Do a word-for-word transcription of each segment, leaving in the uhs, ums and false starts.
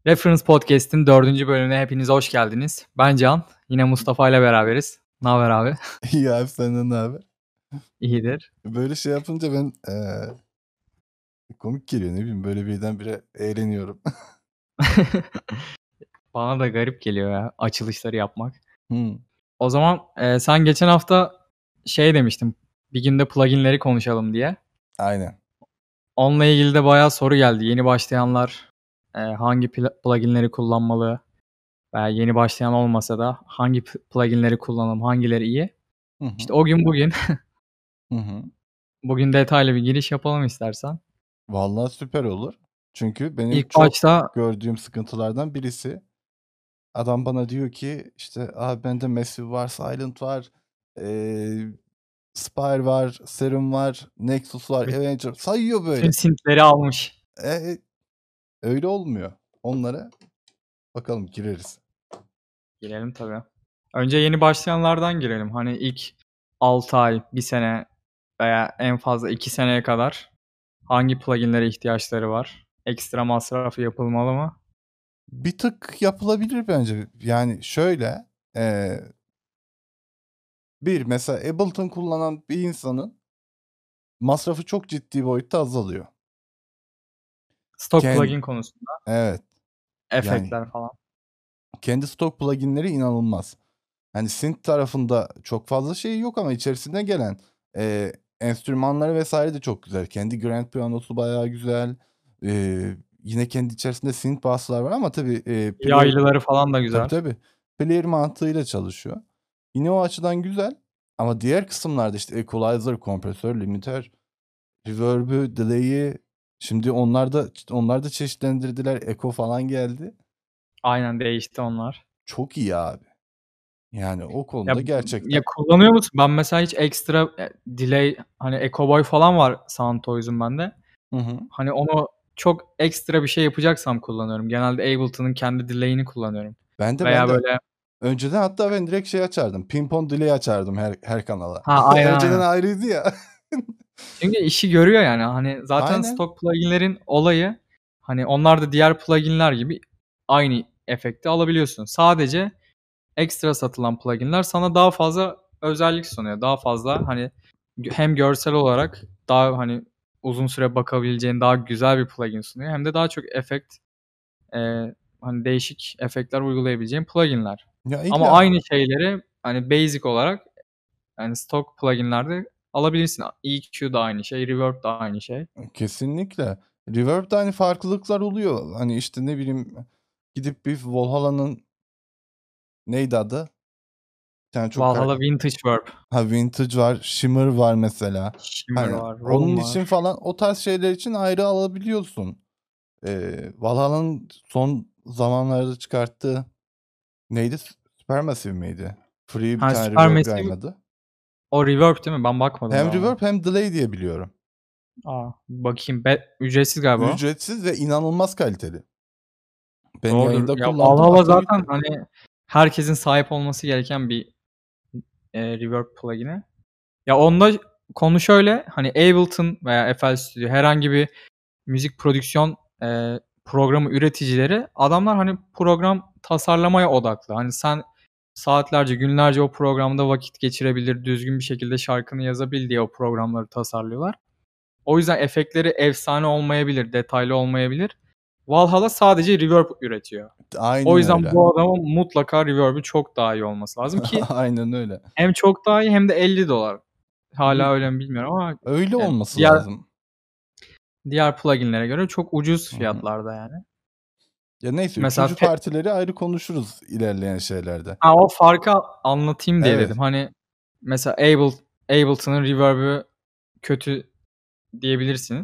Reference Podcast'in dördüncü bölümüne hepiniz hoş geldiniz. Ben Can, yine Mustafa ile beraberiz. Ne haber abi? İyi abi, senden ne haber? İyidir. Böyle şey yapınca ben eee, komik geliyor, ne bileyim, böyle birdenbire eğleniyorum. Bana da garip geliyor ya açılışları yapmak. Hmm, O zaman e, sen geçen hafta şey demiştin, bir günde pluginleri konuşalım diye. aynen. Onunla ilgili de bayağı soru geldi. Yeni başlayanlar e, hangi pl- pluginleri kullanmalı? Veya yeni başlayan olmasa da hangi p- pluginleri kullanalım, hangileri iyi? Hı İşte hı, o gün bugün, hı hı. bugün detaylı bir giriş yapalım istersen. Vallahi süper olur. Çünkü benim İlk çok başta gördüğüm sıkıntılardan birisi, adam bana diyor ki işte abi bende Massive var, Silent var, eee Spire var, Serum var, Nexus var, Avenger sayıyor bütün böyle. synth'leri almış. E, öyle olmuyor. Onlara bakalım gireriz. Girelim tabii. Önce yeni başlayanlardan girelim. Hani ilk altı ay, bir sene veya en fazla iki seneye kadar hangi pluginlere ihtiyaçları var? Ekstra masrafı yapılmalı mı? Bir tık yapılabilir bence. Yani şöyle, eee bir mesela Ableton kullanan bir insanın masrafı çok ciddi boyutta azalıyor. Stock Ken plugin konusunda evet. Yani efektler falan. kendi stok pluginleri inanılmaz. Hani synth tarafında çok fazla şey yok ama içerisinde gelen eee, enstrümanları vesaire de çok güzel. Kendi grand piyanosu bayağı güzel. Eee, yine kendi içerisinde synth bass'lar var ama tabii eee player Yaylıları falan da tabii güzel. tabii player mantığıyla çalışıyor. Yine o açıdan güzel. Ama diğer kısımlarda işte equalizer, kompresör, limiter, reverb'ü, delay'i, şimdi onlar da onlar da çeşitlendirdiler. Echo falan geldi. Aynen, değişti onlar. Çok iyi abi. Yani o Ya konuda ya gerçekten. kullanıyor musun? Ben mesela hiç ekstra e, delay, hani Echo Boy falan var Soundtoys'un bende. Hı hı. Hani onu çok ekstra bir şey yapacaksam kullanıyorum. Genelde Ableton'ın kendi delay'ini kullanıyorum. Ben de ben Veya de böyle önceden hatta ben direkt şey açardım. Pin-pon delay açardım her her kanala. ha, aynen Önceden aynen. ayrıydı ya. Çünkü işi görüyor yani. Hani zaten Aynen. stok pluginlerin olayı, hani onlar da diğer pluginler gibi aynı efekti alabiliyorsun. Sadece ekstra satılan pluginler sana daha fazla özellik sunuyor. Daha fazla hani hem görsel olarak daha hani uzun süre bakabileceğin daha güzel bir plugin sunuyor. Hem de daha çok efekt, eee, hani değişik efektler uygulayabileceğin pluginler. Ya Ama illa aynı şeyleri hani basic olarak, yani stok pluginlerde alabilirsin. E Q da aynı şey, reverb da aynı şey. kesinlikle. Reverb'de hani farklılıklar oluyor. Hani işte ne bileyim, gidip bir Valhalla'nın neydi adı? Bir tane çok kar- Valhalla Vintage Verb. ha Vintage var, Shimmer var mesela. Shimmer Hani var, onun Roam için var. falan o tarz şeyler için ayrı alabiliyorsun. Ee, Valhalla'nın son zamanlarda çıkarttığı neydi? Supermassive miydi? Free bir Ha, tane reverb Supermassive yayınladı. o reverb değil mi? Ben bakmadım Hem daha ona. reverb hem delay diye biliyorum. Aa, bakayım. Be ücretsiz galiba o. Ücretsiz ve inanılmaz kaliteli. Ben Doğrudur. yayında Ya kullandım, Valhalla akıyor zaten gitti. hani herkesin sahip olması gereken bir e, reverb plugin'i. Ya onda konu şöyle, hani Ableton veya F L Studio, herhangi bir müzik prodüksiyon e, programı üreticileri, adamlar hani program tasarlamaya odaklı. Hani sen saatlerce, günlerce o programda vakit geçirebilir, düzgün bir şekilde şarkını yazabil diye o programları tasarlıyorlar. O yüzden efektleri efsane olmayabilir, detaylı olmayabilir. Valhalla sadece reverb üretiyor. O Aynen yüzden öyle. bu adamın mutlaka reverb'ü çok daha iyi olması lazım ki Aynen öyle. hem çok daha iyi hem de elli dolar. Hı, Hala öyle mi bilmiyorum ama öyle yani olması diğer lazım. diğer plugin'lere göre çok ucuz Hı hı. fiyatlarda yani. Ya neyse, Mesela üçüncü fe partileri ayrı konuşuruz ilerleyen şeylerde. ha, o farkı anlatayım diye Evet. dedim. Hani mesela Able Ableton'ın reverb'ü kötü diyebilirsin.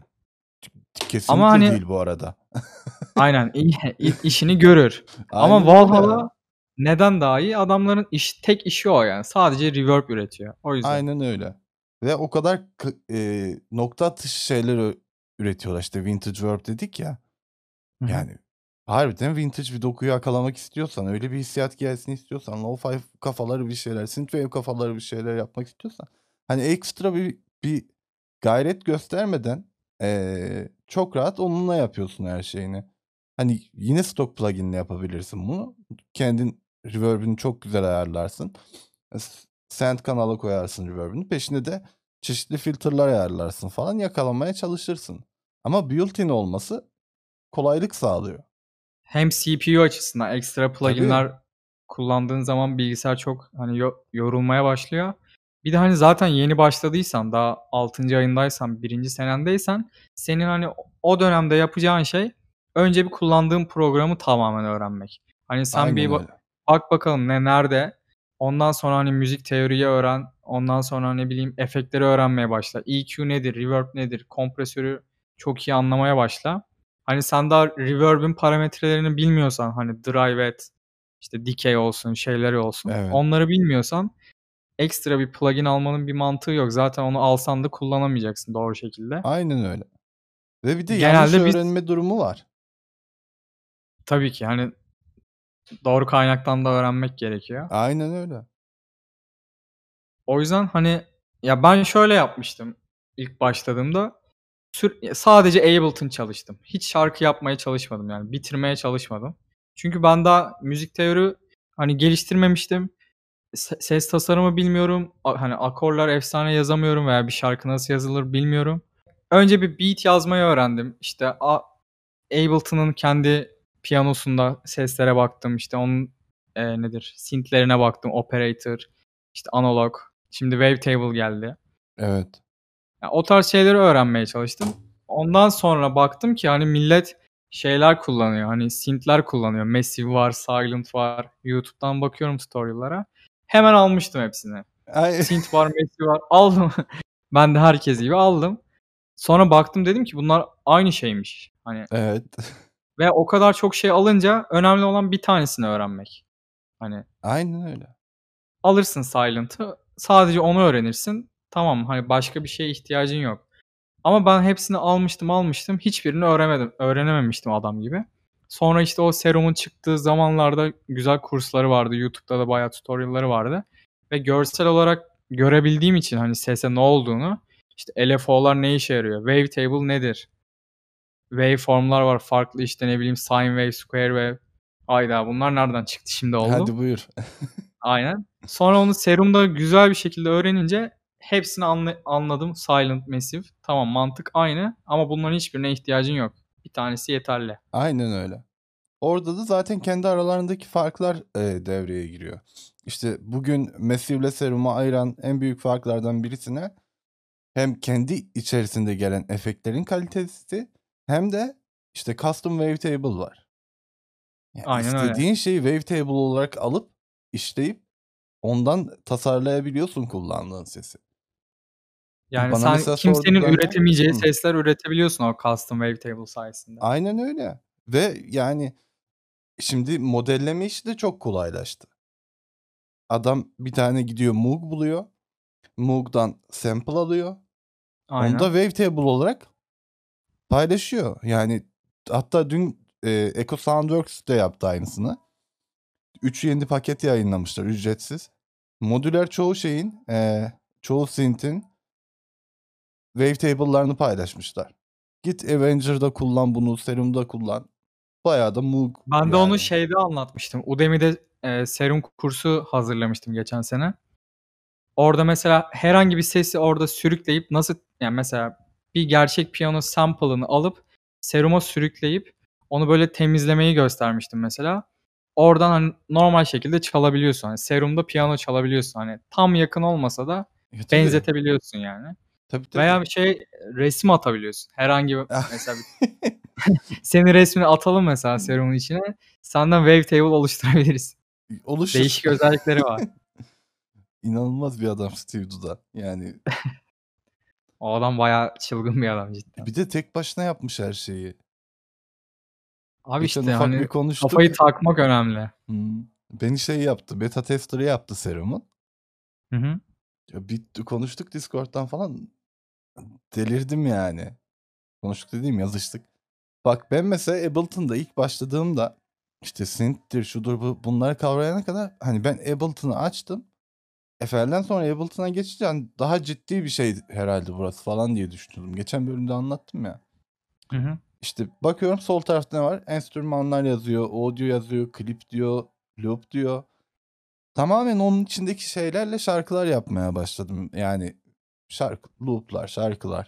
Ama Kesinlikle hani değil bu arada. aynen, iyi i işini görür. Ama Aynen öyle. Valhalla neden daha iyi? Adamların iş tek işi o yani. Sadece reverb üretiyor. O yüzden. Aynen öyle. Ve o kadar k- e, nokta atışı şeyler ö- üretiyorlar. İşte vintage verb dedik ya. Hı hı. Yani harbiden vintage bir dokuyu yakalamak istiyorsan, öyle bir hissiyat gelsin istiyorsan, lo-fi kafaları bir şeyler, synthwave kafaları bir şeyler yapmak istiyorsan, hani ekstra bir bir gayret göstermeden eee, çok rahat onunla yapıyorsun her şeyini. Hani yine stock plugin'le yapabilirsin bunu. Kendin reverb'ini çok güzel ayarlarsın. S- Send kanala koyarsın reverb'ini. Peşine de çeşitli filtre'lar ayarlarsın falan, yakalamaya çalışırsın. Ama built-in olması kolaylık sağlıyor. Hem C P U açısından ekstra Tabii. plugin'ler kullandığın zaman bilgisayar çok hani yo- yorulmaya başlıyor. Bir de hani zaten yeni başladıysan, daha altıncı ayındaysan, birinci senendeysen, senin hani o dönemde yapacağın şey önce bir kullandığın programı tamamen öğrenmek. Hani sen bir Aynen ba- öyle. bak bakalım ne nerede. Ondan sonra hani müzik teoriyi öğren. Ondan sonra ne bileyim efektleri öğrenmeye başla. E Q nedir, reverb nedir, kompresörü çok iyi anlamaya başla. Hani sen daha reverb'in parametrelerini bilmiyorsan, hani drive et, işte decay olsun, şeyleri olsun. Evet. Onları bilmiyorsan ekstra bir plugin almanın bir mantığı yok. Zaten onu alsan da kullanamayacaksın doğru şekilde. Aynen öyle. Ve bir de yanlış Genelde biz öğrenme durumu var. tabii ki hani doğru kaynaktan da öğrenmek gerekiyor. Aynen öyle. O yüzden hani ya ben şöyle yapmıştım ilk başladığımda. Sür sadece Ableton çalıştım. Hiç şarkı yapmaya çalışmadım yani. Bitirmeye çalışmadım. Çünkü ben daha müzik teori hani geliştirmemiştim. Se- ses tasarımı bilmiyorum. A- hani akorlar efsane yazamıyorum veya bir şarkı nasıl yazılır bilmiyorum. Önce bir beat yazmayı öğrendim. İşte A- Ableton'ın kendi piyanosunda seslere baktım. İşte onun e, nedir? Synth'lerine baktım. Operator, işte analog. Şimdi Wavetable geldi. Evet. Ya, o tarz şeyleri öğrenmeye çalıştım. Ondan sonra baktım ki hani millet şeyler kullanıyor. Hani synth'ler kullanıyor. Massive var, Silent var. YouTube'dan bakıyorum tutorial'lara. Hemen almıştım hepsini. Ay Synth var, Massive var. Aldım. Ben de herkes gibi aldım. Sonra baktım, dedim ki bunlar aynı şeymiş. Hani evet. ve o kadar çok şey alınca önemli olan bir tanesini öğrenmek. Hani Aynen öyle. alırsın Silent'ı, sadece onu öğrenirsin. Tamam, hani başka bir şeye ihtiyacın yok. Ama ben hepsini almıştım, almıştım. Hiçbirini öğrenemedim öğrenememiştim adam gibi. Sonra, işte, o Serum'un çıktığı zamanlarda güzel kursları vardı. YouTube'da da bayağı tutorial'ları vardı ve görsel olarak görebildiğim için, hani, sese ne olduğunu, işte, L F O'lar ne işe yarıyor, wavetable nedir, waveform'lar var farklı, işte, ne bileyim, sine wave, square wave. Hayda, bunlar nereden çıktı şimdi oldum. Hadi buyur. Aynen. Sonra onu Serum'da güzel bir şekilde öğrenince hepsini anla anladım. Silent, Massive. Tamam, mantık aynı ama bunların hiçbirine ihtiyacın yok. Bir tanesi yeterli. Aynen öyle. Orada da zaten kendi aralarındaki farklar e, devreye giriyor. İşte bugün Massive ile Serum'u ayıran en büyük farklardan birisine hem kendi içerisinde gelen efektlerin kalitesi hem de işte custom wavetable var. Yani Aynen öyle. istediğin şeyi wavetable olarak alıp işleyip ondan tasarlayabiliyorsun kullandığın sesi. Yani Bana sen mesela kimsenin sorduklarında üretemeyeceği Hı, sesler üretebiliyorsun o custom wavetable sayesinde. aynen öyle. Ve yani şimdi modelleme işi de çok kolaylaştı. Adam bir tane gidiyor Moog buluyor. Moog'dan sample alıyor. Onu da Aynen. wavetable olarak paylaşıyor. Yani hatta dün e, Echo Soundworks de yaptı aynısını. Üç yeni paket yayınlamışlar ücretsiz. Modüler çoğu şeyin, e, çoğu synth'in wavetable'larını paylaşmışlar. Git Avenger'da kullan bunu, Serum'da kullan. Bayağı da Moog Ben de onu yani. şeyde anlatmıştım. Udemy'de, eee, Serum kursu hazırlamıştım geçen sene. Orada mesela herhangi bir sesi orada sürükleyip nasıl, yani mesela bir gerçek piyano sample'ını alıp Serum'a sürükleyip onu böyle temizlemeyi göstermiştim mesela. Oradan, hani, normal şekilde çalabiliyorsun. Hani, Serum'da piyano çalabiliyorsun. Hani, tam yakın olmasa da Ya tabii. benzetebiliyorsun yani. Tabii tabii. Veya bir şey, resim atabiliyorsun. Herhangi bir mesela bir senin resmini atalım mesela Serum'un içine. Senden wavetable oluşturabiliriz. Oluşur. Değişik özellikleri var. İnanılmaz bir adam Steve Duda. Yani O adam bayağı çılgın bir adam cidden. bir de tek başına yapmış her şeyi. Abi, Geçen işte, ufak bir hani, kafayı konuştuk. takmak önemli. Hımm. Beni şey yaptı, beta tester'ı yaptı Serum'un. Hı hı. Ya bir konuştuk Discord'dan falan. Delirdim yani. Konuştuk dediğim yazıştık. Bak ben mesela Ableton'da ilk başladığımda işte synth'tir şudur bu bunları kavrayana kadar hani ben Ableton'ı açtım. Efe'den sonra Ableton'a geçince hani daha ciddi bir şey herhalde burası falan diye düşündüm. Geçen bölümde anlattım ya. Hı hı. İşte bakıyorum sol tarafta ne var? Enstrümanlar yazıyor, audio yazıyor, klip diyor, loop diyor. Tamamen onun içindeki şeylerle şarkılar yapmaya başladım. Yani şarkı, loop'lar, şarkılar.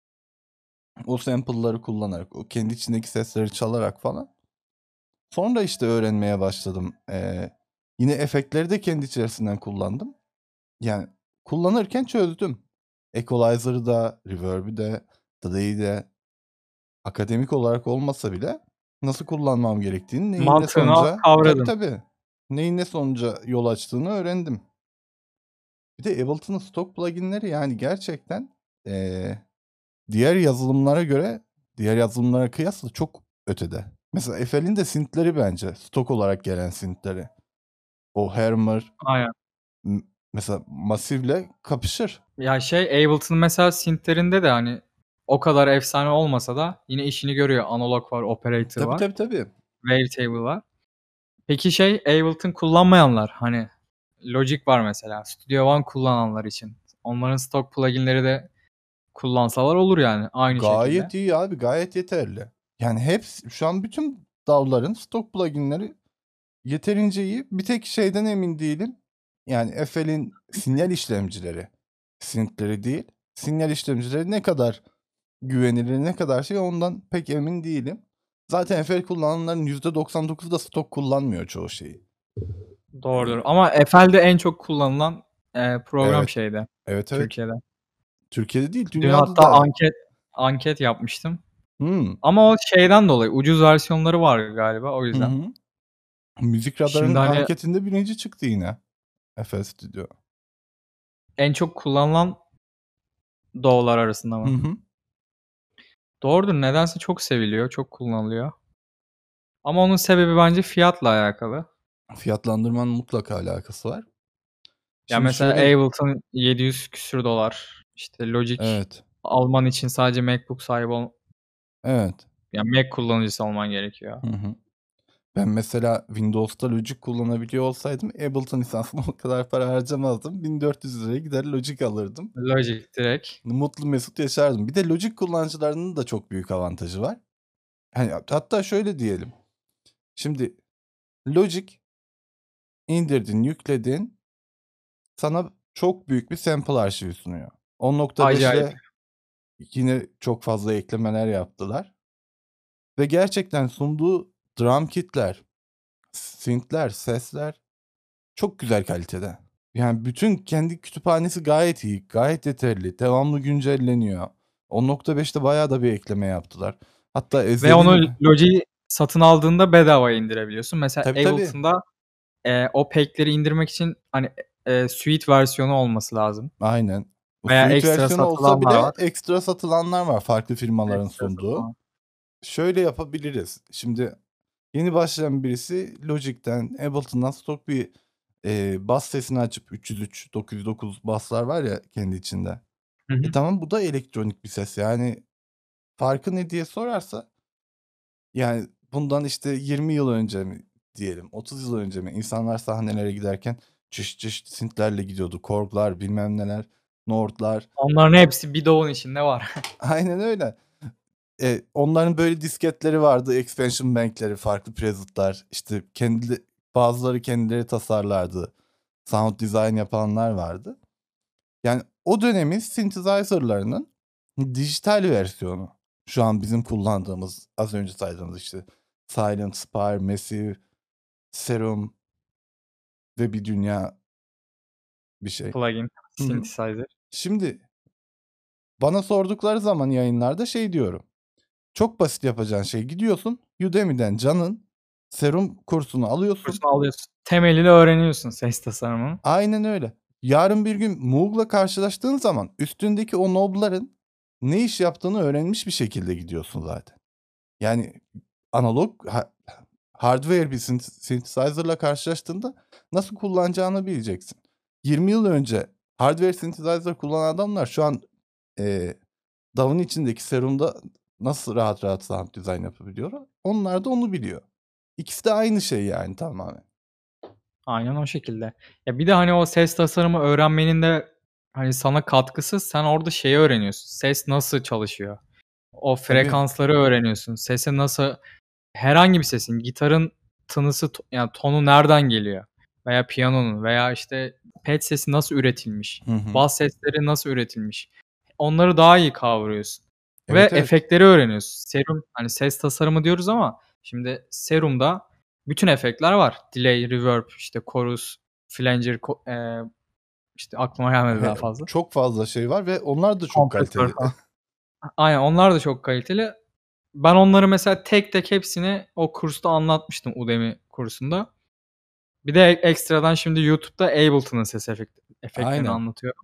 O sample'ları kullanarak, o kendi içindeki sesleri çalarak falan. Sonra işte öğrenmeye başladım. Ee, yine efektleri de kendi içerisinden kullandım. Yani kullanırken çözdüm. Equalizer'ı da, reverb'ü de, delay'i de akademik olarak olmasa bile nasıl kullanmam gerektiğini, neyin ne Mantığını az sonuca tabii kavradın. tabii neyin ne sonuca yol açtığını öğrendim. Bir de Ableton'ın stok pluginleri yani gerçekten ee, diğer yazılımlara göre, diğer yazılımlara kıyasla çok ötede. Mesela F L'in de synth'leri bence stok olarak gelen synth'leri. O Hammer Aynen. m- mesela Massive'le kapışır. Ya şey Ableton'ın mesela synth'lerinde de hani o kadar efsane olmasa da yine işini görüyor. Analog var, operator Tabii var, tabii tabii. wavetable var. Peki şey Ableton kullanmayanlar hani Logic var mesela. Studio One kullananlar için. Onların stok pluginleri de kullansalar olur yani aynı Gayet şekilde. iyi abi, gayet yeterli. Yani hepsi şu an bütün DAW'ların stok pluginleri yeterince iyi. Bir tek şeyden emin değilim. Yani F L'in sinyal işlemcileri, synth'leri değil. Sinyal işlemcileri ne kadar güvenilir, ne kadar şey ondan pek emin değilim. Zaten F L kullananların yüzde doksan dokuzu da stok kullanmıyor çoğu şeyi. Doğrudur. Ama F L'de en çok kullanılan e, program Evet. şeyde Evet evet. Türkiye'de. Türkiye'de değil, Dün dünyada hatta da. anket anket yapmıştım. Hmm. Ama o şeyden dolayı ucuz versiyonları var galiba o Hı yüzden. hı. Müzik Şimdi Radar'ın hani anketinde birinci çıktı yine. F L Studio. en çok kullanılan D A W'lar arasında Hı mı? hı. Doğrudur. Nedense çok seviliyor, çok kullanılıyor. Ama onun sebebi bence fiyatla alakalı. Fiyatlandırmanın mutlaka alakası var. Ya Şimdi mesela şöyle, Ableton yedi yüz küsür dolar. İşte Logic evet. alman için sadece MacBook sahibi ol Evet. yani Mac kullanıcısı olman gerekiyor. Hı hı. Ben mesela Windows'ta Logic kullanabiliyor olsaydım Ableton lisansına o kadar para harcamazdım. bin dört yüz liraya gider Logic alırdım. Logic direkt. Mutlu mesut yaşardım. Bir de Logic kullanıcılarının da çok büyük avantajı var. Hani hatta şöyle diyelim. Şimdi Logic indirdin, yükledin. Sana çok büyük bir sample arşivi sunuyor. on nokta beş Acayip. ile yine çok fazla eklemeler yaptılar. Ve gerçekten sunduğu drum kitler, synthler, sesler çok güzel kalitede. Yani bütün kendi kütüphanesi gayet iyi, gayet yeterli, devamlı güncelleniyor. on nokta beşte bayağı da bir ekleme yaptılar. Hatta Ve onu Ezel'in Logic'i satın aldığında bedavaya indirebiliyorsun. Mesela tabii tabii Ableton'da eee, o pack'leri indirmek için hani eee, suite versiyonu olması lazım. aynen. Bu Veya suite ekstra versiyonu olsa satılanlar bile var. ekstra satılanlar var farklı firmaların Ekstra sunduğu. satılan. Şöyle yapabiliriz. Şimdi yeni başlayan birisi Logic'ten, Ableton'dan stok bir e, bas sesini açıp üç yüz üç, dokuz yüz dokuz baslar var ya kendi içinde. Hı E hı. tamam bu da elektronik bir ses. Yani farkı ne diye sorarsa yani bundan işte yirmi yıl önce mi diyelim, otuz yıl önce mi insanlar sahnelere giderken çeşit çeşit synth'lerle gidiyordu. Korg'lar, bilmem neler, Nord'lar. Onların hepsi bir D A W'un içinde var. Aynen öyle. E, onların böyle disketleri vardı, expansion bank'leri, farklı preset'lar. İşte kendi bazıları kendileri tasarlardı. Sound design yapanlar vardı. Yani o dönemin synthesizer'larının dijital versiyonu. Şu an bizim kullandığımız, az önce saydığımız işte Silent Spire, Massive, Serum ve bir dünya bir şey. Plugin, Hı hı. synthesizer. Şimdi bana sordukları zaman yayınlarda şey diyorum. Çok basit yapacağın şey. Gidiyorsun Udemy'den Can'ın Serum kursunu alıyorsun. Kursunu alıyorsun. Temelini öğreniyorsun ses tasarımının. Aynen öyle. Yarın bir gün Moog'la karşılaştığın zaman üstündeki o knob'ların ne iş yaptığını öğrenmiş bir şekilde gidiyorsun zaten. Yani analog ha- hardware bir synth- synthesizer'la karşılaştığında nasıl kullanacağını bileceksin. yirmi yıl önce hardware synthesizer kullanan adamlar şu an e, D A W'ın içindeki Serum'da nasıl rahat rahat sound design yapabiliyor? Onlar da onu biliyor. İkisi de aynı şey yani tamamen. Aynen o şekilde. Ya bir de hani o ses tasarımı öğrenmenin de hani sana katkısı sen orada şeyi öğreniyorsun. Ses nasıl çalışıyor? O Tabii. frekansları öğreniyorsun. Sesi nasıl herhangi bir sesin, gitarın tınısı to yani tonu nereden geliyor veya piyanonun veya, işte, pad sesi nasıl üretilmiş, Hı hı. bas sesleri nasıl üretilmiş, onları daha iyi kavruyorsun ve Evet, evet. efektleri öğreniyorsun. Serum, hani, ses tasarımı diyoruz ama şimdi Serum'da bütün efektler var. Delay, reverb, işte, chorus, flanger, ko eee, işte, aklıma gelmedi He daha fazla. çok fazla şey var ve onlar da çok Kompresör kaliteli. falan. Aynen, onlar da çok kaliteli. Ben onları mesela tek tek hepsini o kursta anlatmıştım Udemy kursunda. Bir de ek ekstradan şimdi YouTube'da Ableton'ın ses efekt efektlerini Aynen. anlatıyorum.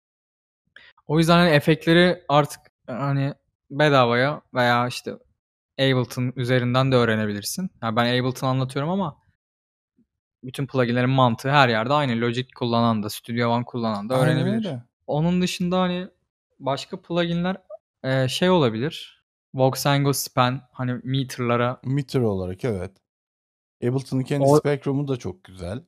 O yüzden, hani, efektleri artık, hani, bedavaya veya, işte, Ableton üzerinden de öğrenebilirsin. Ya, ben Ableton anlatıyorum ama bütün plugin'lerin mantığı her yerde aynı. Logic kullanan da, Studio One kullanan da Aynen öğrenebilir. öyle. Onun dışında, hani, başka plugin'ler, eee, şey olabilir, Voxengo Span, hani, meter'lara Meter olarak evet. Ableton'ın kendi O Spectrum'u da çok güzel.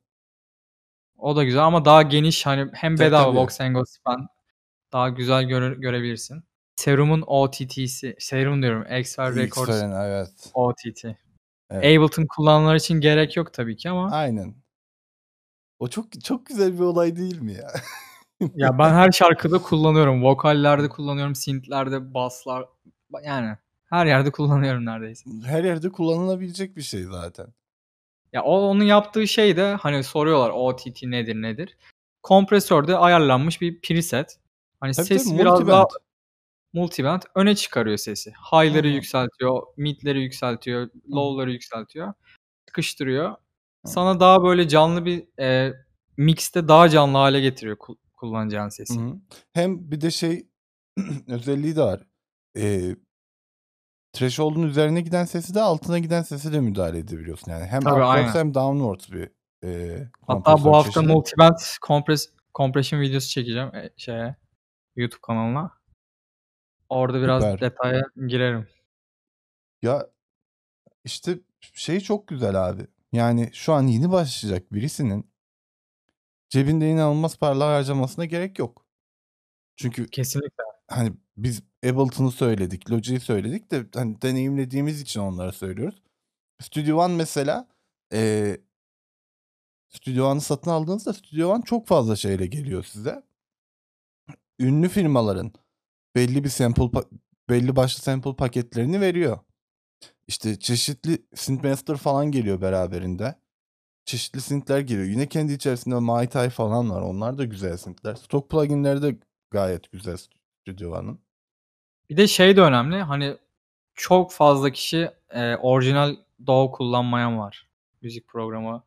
O da güzel ama daha geniş, hani, hem Tabii, bedava tabii. Voxengo Span daha güzel görü görebilirsin. Serum'un O T T'si, Serum diyorum, Exfer Records X-Fer'in evet. O T T. Evet. Ableton kullananlar için gerek yok tabii ki ama Aynen. O çok çok güzel bir olay değil mi ya? Ya, ben her şarkıda kullanıyorum. Vokallerde kullanıyorum, synth'lerde, bass'lar, ba yani her yerde kullanıyorum neredeyse. Her yerde kullanılabilecek bir şey zaten. Ya, o onun yaptığı şey de, hani, soruyorlar O T T nedir, nedir? Kompresörde ayarlanmış bir preset. Hani, Tabii, tabii, sesi biraz daha multiband. multiband öne çıkarıyor sesi. Hı High'ları hı. yükseltiyor, mid'leri yükseltiyor, Hı hı. low'ları yükseltiyor, sıkıştırıyor. Hı. Sana daha böyle canlı bir, eee, mix'te daha canlı hâle getiriyor ku kullanacağın Hı sesi. hı. Hem bir de şey özelliği de var. Eee threshold'un üzerine giden sesi de altına giden sese de müdahale edebiliyorsun. Yani hem Tabii, upwards aynen. hem downwards bir, eee, Hatta bu kompresör hafta çeşidi. multiband compres compression videosu çekeceğim, eee, şeye, YouTube kanalına. Orada biraz Süper. detaya girerim. Ya, işte, şey çok güzel abi, yani şu an yeni başlayacak birisinin cebinde inanılmaz paralar harcamasına gerek yok. Çünkü, Kesinlikle. hani, biz Ableton'u söyledik, Logic'i söyledik de, hani, deneyimlediğimiz için onları söylüyoruz. Studio One mesela, eee Studio One'ı satın aldığınızda Studio One çok fazla şeyle geliyor size. Ünlü firmaların belli bir sample pa belli başlı sample paketlerini veriyor. İşte, çeşitli synth-master falan geliyor beraberinde. Çeşitli synth'ler geliyor. Yine kendi içerisinde Mai-Tai falan var. Onlar da güzel synth'ler. Stock plugin'leri de gayet güzel Studio One'ın. Bir de şey de önemli, hani, çok fazla kişi, eee, orijinal D A W kullanmayan var, müzik programı.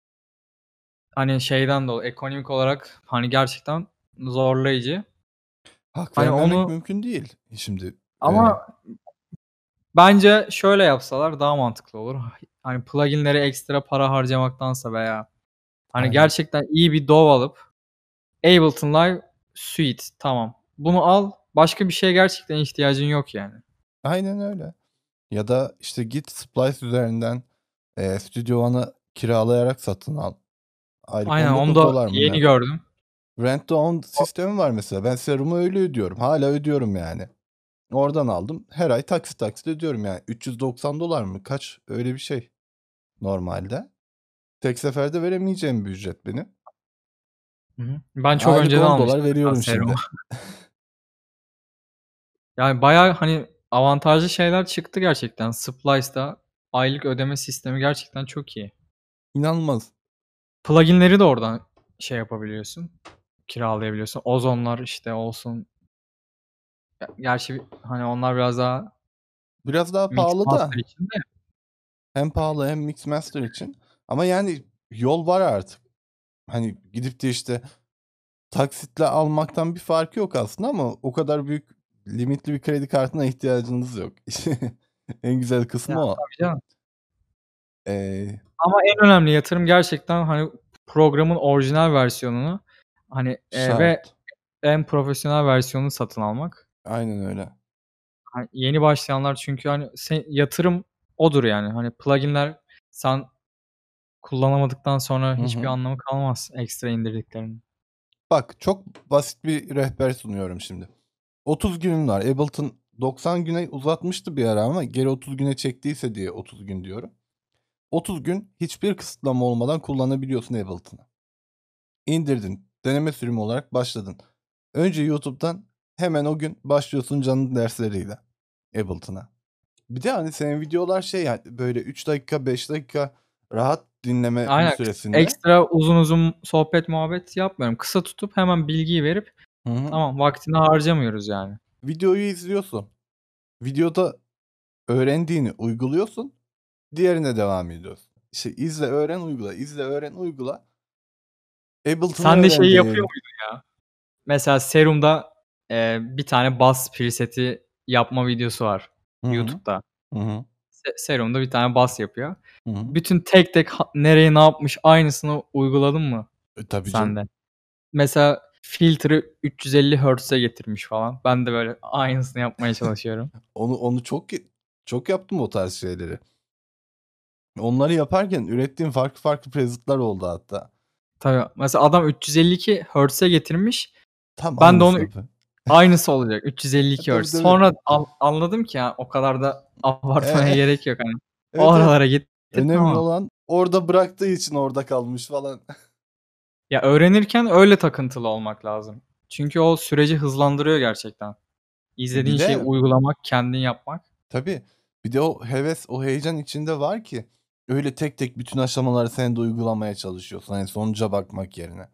Hani, şeyden dolayı, ekonomik olarak, hani, gerçekten zorlayıcı. Hak Hani, vermemek onu mümkün değil. Şimdi, eee Ama bence şöyle yapsalar daha mantıklı olur. Hani, plugin'lere ekstra para harcamaktansa veya, hani, Aynen. gerçekten iyi bir D A W alıp Ableton Live Suite tamam. Bunu al, başka bir şeye gerçekten ihtiyacın yok yani. Aynen öyle. Ya da, işte, git Splice üzerinden, eee, Studio One'ı kiralayarak satın al. Aylık Aynen, on onu dokuz da dolar mı yeni ne? gördüm. Rent to own O sistemi var mesela. Ben Serum'u öyle ödüyorum. Hâlâ ödüyorum yani. Oradan aldım. Her ay taksit taksit ödüyorum yani. üç yüz doksan dolar mı kaç? Öyle bir şey normalde. Tek seferde veremeyeceğim bir ücret benim. Hı hı. Ben çok Aylık önceden on dolar almıştım mesela veriyorum Serum'u. şimdi. Yani, bayağı, hani, avantajlı şeyler çıktı gerçekten. Splice'da aylık ödeme sistemi gerçekten çok iyi. İnanılmaz. Plugin'leri de oradan şey yapabiliyorsun, kiralayabiliyorsun. Ozon'lar, işte, olsun. Ya, gerçi, hani, onlar biraz daha Biraz daha mix pahalı master da. için de. Hem pahalı hem mix master için. Ama yani yol var artık. Hani, gidip de, işte, taksitle almaktan bir farkı yok aslında ama o kadar büyük limitli bir kredi kartına ihtiyacınız yok. En güzel Ya, kısmı o. tabii canım. Eee Ama en önemli yatırım gerçekten, hani, programın orijinal versiyonunu, hani, eee, ve Şart. en profesyonel versiyonunu satın almak. Aynen öyle. Hani, yeni başlayanlar çünkü, hani, se yatırım odur yani. Hani, plugin'ler sen kullanamadıktan sonra Hı hiçbir hı. anlamı kalmaz ekstra indirdiklerinin. Bak, çok basit bir rehber sunuyorum şimdi. otuz günün var. Ableton doksan güne uzatmıştı bir ara ama geri otuz güne çektiyse diye otuz gün diyorum. otuz gün hiçbir kısıtlama olmadan kullanabiliyorsun Ableton'ı. İndirdin. Deneme sürümü olarak başladın. Önce YouTube'dan hemen o gün başlıyorsun canlı dersleriyle Ableton'a. Bir de hani senin videolar şey yani böyle üç dakika beş dakika rahat dinleme Aynen. süresinde. Ekstra uzun uzun sohbet muhabbet yapmıyorum. Kısa tutup hemen bilgiyi verip Hı hı. tamam vaktini harcamıyoruz yani. Videoyu izliyorsun. Videoda öğrendiğini uyguluyorsun. Diğerine devam ediyorsun. İşte izle öğren uygula. İzle öğren uygula. Ableton'ı Sen de şeyi yapıyor öğrendiğin. muydun ya? Mesela Serum'da e, bir tane bass preseti yapma videosu var Hı hı. YouTube'da. Hı hı. Se- Serum'da bir tane bass yapıyor. Hı hı. Bütün tek tek ha- nereye ne yapmış aynısını uyguladın mı E, tabii sen canım. de? Mesela filtre üç yüz elli Hz'e getirmiş falan. Ben de böyle aynısını yapmaya çalışıyorum. Onu onu çok çok yaptım o tarz şeyleri. Onları yaparken ürettiğim farklı farklı presetler oldu hatta. Tabii. Mesela adam üç yüz elli iki Hz'e getirmiş. Tam Ben de onu aynısını yapıyorum. aynısı olacak. üç yüz elli iki Tabii Hz. tabii. Sonra an- anladım ki ya o kadar da abartmaya E, gerek yok. Hani o evet evet. aralara getir Önemli tamam. olan orada bıraktığı için orada kalmış falan. Ya öğrenirken öyle takıntılı olmak lazım. Çünkü o süreci hızlandırıyor gerçekten. İzlediğin Bir şeyi de uygulamak, kendin yapmak. tabii bir de o heves, o heyecan içinde var ki öyle tek tek bütün aşamaları sen de uygulamaya çalışıyorsun. Hani sonuca bakmak yerine.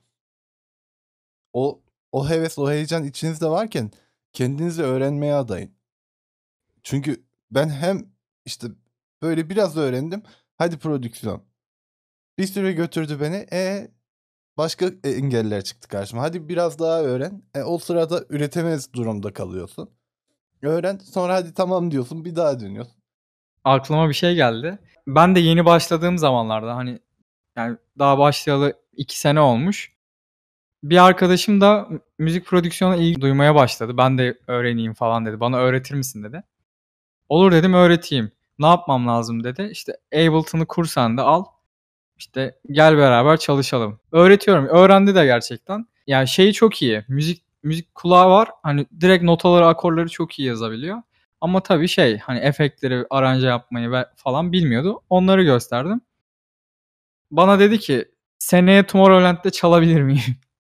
O o heves, o heyecan içinizde varken kendinizi öğrenmeye adayın. Çünkü ben hem işte böyle biraz öğrendim. Hadi prodüksiyon. Bir süre götürdü beni. E başka e, engeller çıktı karşıma. Hadi biraz daha öğren. E o sırada üretemez durumda kalıyorsun. Öğren sonra hadi tamam diyorsun. Bir daha dönüyorsun. Aklıma bir şey geldi. Ben de yeni başladığım zamanlarda hani yani daha başlayalı iki sene olmuş. Bir arkadaşım da m- müzik prodüksiyona ilgi duymaya başladı. Ben de öğreneyim falan dedi. Bana öğretir misin dedi. Olur dedim öğreteyim. Ne yapmam lazım dedi. İşte Ableton'ı kur sen de al. İşte gel beraber çalışalım. Öğretiyorum. Öğrendi de gerçekten. Yani şeyi çok iyi. Müzik müzik kulağı var. Hani direkt notaları, akorları çok iyi yazabiliyor. Ama tabii şey hani efektleri, aranje yapmayı ve falan bilmiyordu. Onları gösterdim. Bana dedi ki seneye Tomorrowland'de çalabilir miyim?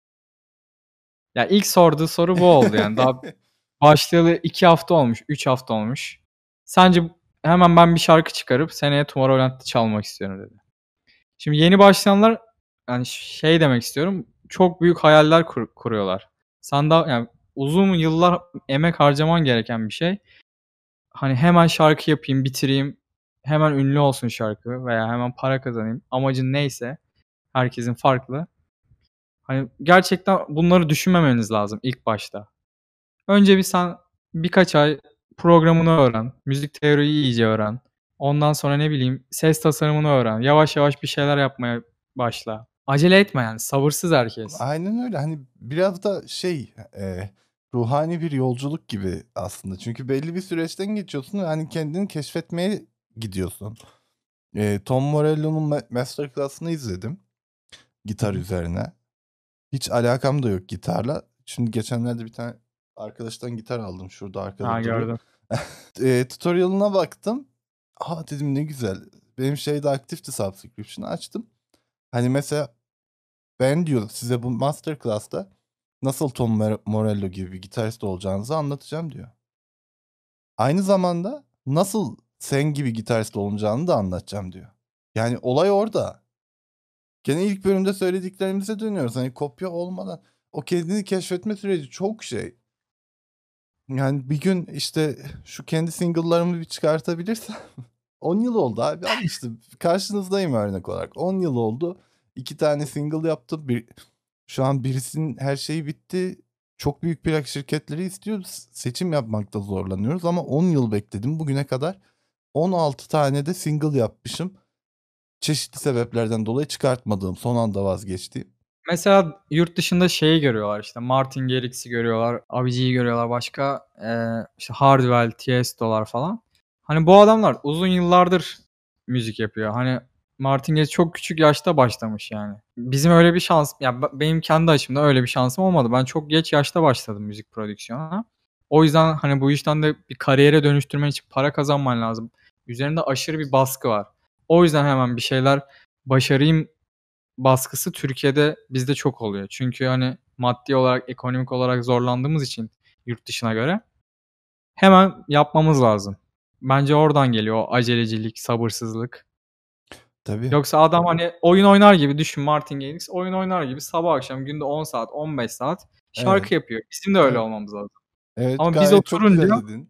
Ya ilk sorduğu soru bu oldu yani. Daha başlayalı iki hafta olmuş, üç hafta olmuş. Sence hemen ben bir şarkı çıkarıp seneye Tomorrowland'de çalmak istiyorum dedi. Şimdi yeni başlayanlar yani şey demek istiyorum. Çok büyük hayaller kur- kuruyorlar. Sen daha yani uzun yıllar emek harcaman gereken bir şey. Hani hemen şarkı yapayım, bitireyim, hemen ünlü olsun şarkı veya hemen para kazanayım. Amacın neyse herkesin farklı. Hani gerçekten bunları düşünmemeniz lazım ilk başta. Önce bir sen birkaç ay programını öğren. Müzik teoriyi iyice öğren. Ondan sonra ne bileyim ses tasarımını öğren. Yavaş yavaş bir şeyler yapmaya başla. Acele etme yani. Sabırsız herkes. Aynen öyle. Hani biraz da şey e, ruhani bir yolculuk gibi aslında. Çünkü belli bir süreçten geçiyorsun ve hani kendini keşfetmeye gidiyorsun. E, Tom Morello'nun ma- masterclass'ını izledim Hı gitar hı. üzerine. Hiç alakam da yok gitarla. Şimdi geçenlerde bir tane arkadaştan gitar aldım. Şurada Ha arkada duruyor. gördüm. e, tutorial'ına baktım. Aa dedim ne güzel. Benim şeyde aktifti subscription'ı açtım. Hani mesela ben diyor size bu masterclass'ta nasıl Tom Mer- Morello gibi bir gitarist olacağınızı anlatacağım diyor. Aynı zamanda nasıl sen gibi gitarist olacağını da anlatacağım diyor. Yani olay orada. Gene ilk bölümde söylediklerimize dönüyoruz. Hani kopya olmadan o kendini keşfetme süreci çok şey. Yani bir gün işte şu kendi single'larımı bir çıkartabilirsem on yıl oldu abi. Al işte karşınızdayım örnek olarak. on yıl oldu. İki tane single yaptım. Bir, şu an birisinin her şeyi bitti. Çok büyük plak şirketleri istiyoruz. Seçim yapmakta zorlanıyoruz ama on yıl bekledim bugüne kadar. on altı tane de single yapmışım. Çeşitli sebeplerden dolayı çıkartmadığım, son anda vazgeçtiğim. Mesela yurt dışında şeyi görüyorlar işte Martin Garrix'i görüyorlar, Avicii'yi görüyorlar başka eee, işte Hardwell, Tiesto'lar falan. Hani bu adamlar uzun yıllardır müzik yapıyor. Hani Martin Garrix çok küçük yaşta başlamış yani. Bizim öyle bir şans ya be- benim kendi açımdan öyle bir şansım olmadı. Ben çok geç yaşta başladım müzik prodüksiyonuna. O yüzden, hani, bu işten de bir kariyere dönüştürmen için para kazanman lazım. Üzerinde aşırı bir baskı var. O yüzden hemen bir şeyler başarayım baskısı Türkiye'de bizde çok oluyor. Çünkü, hani, maddi olarak, ekonomik olarak zorlandığımız için yurt dışına göre hemen yapmamız lazım. Bence oradan geliyor o acelecilik, sabırsızlık. Tabii. Yoksa adam, hani, oyun oynar gibi düşün Martin Garrix, oyun oynar gibi sabah akşam günde on saat, on beş saat Evet. şarkı yapıyor. Bizim de öyle Evet. olmamız lazım. Evet, Ama biz gayet çok oturunca güzel dedin.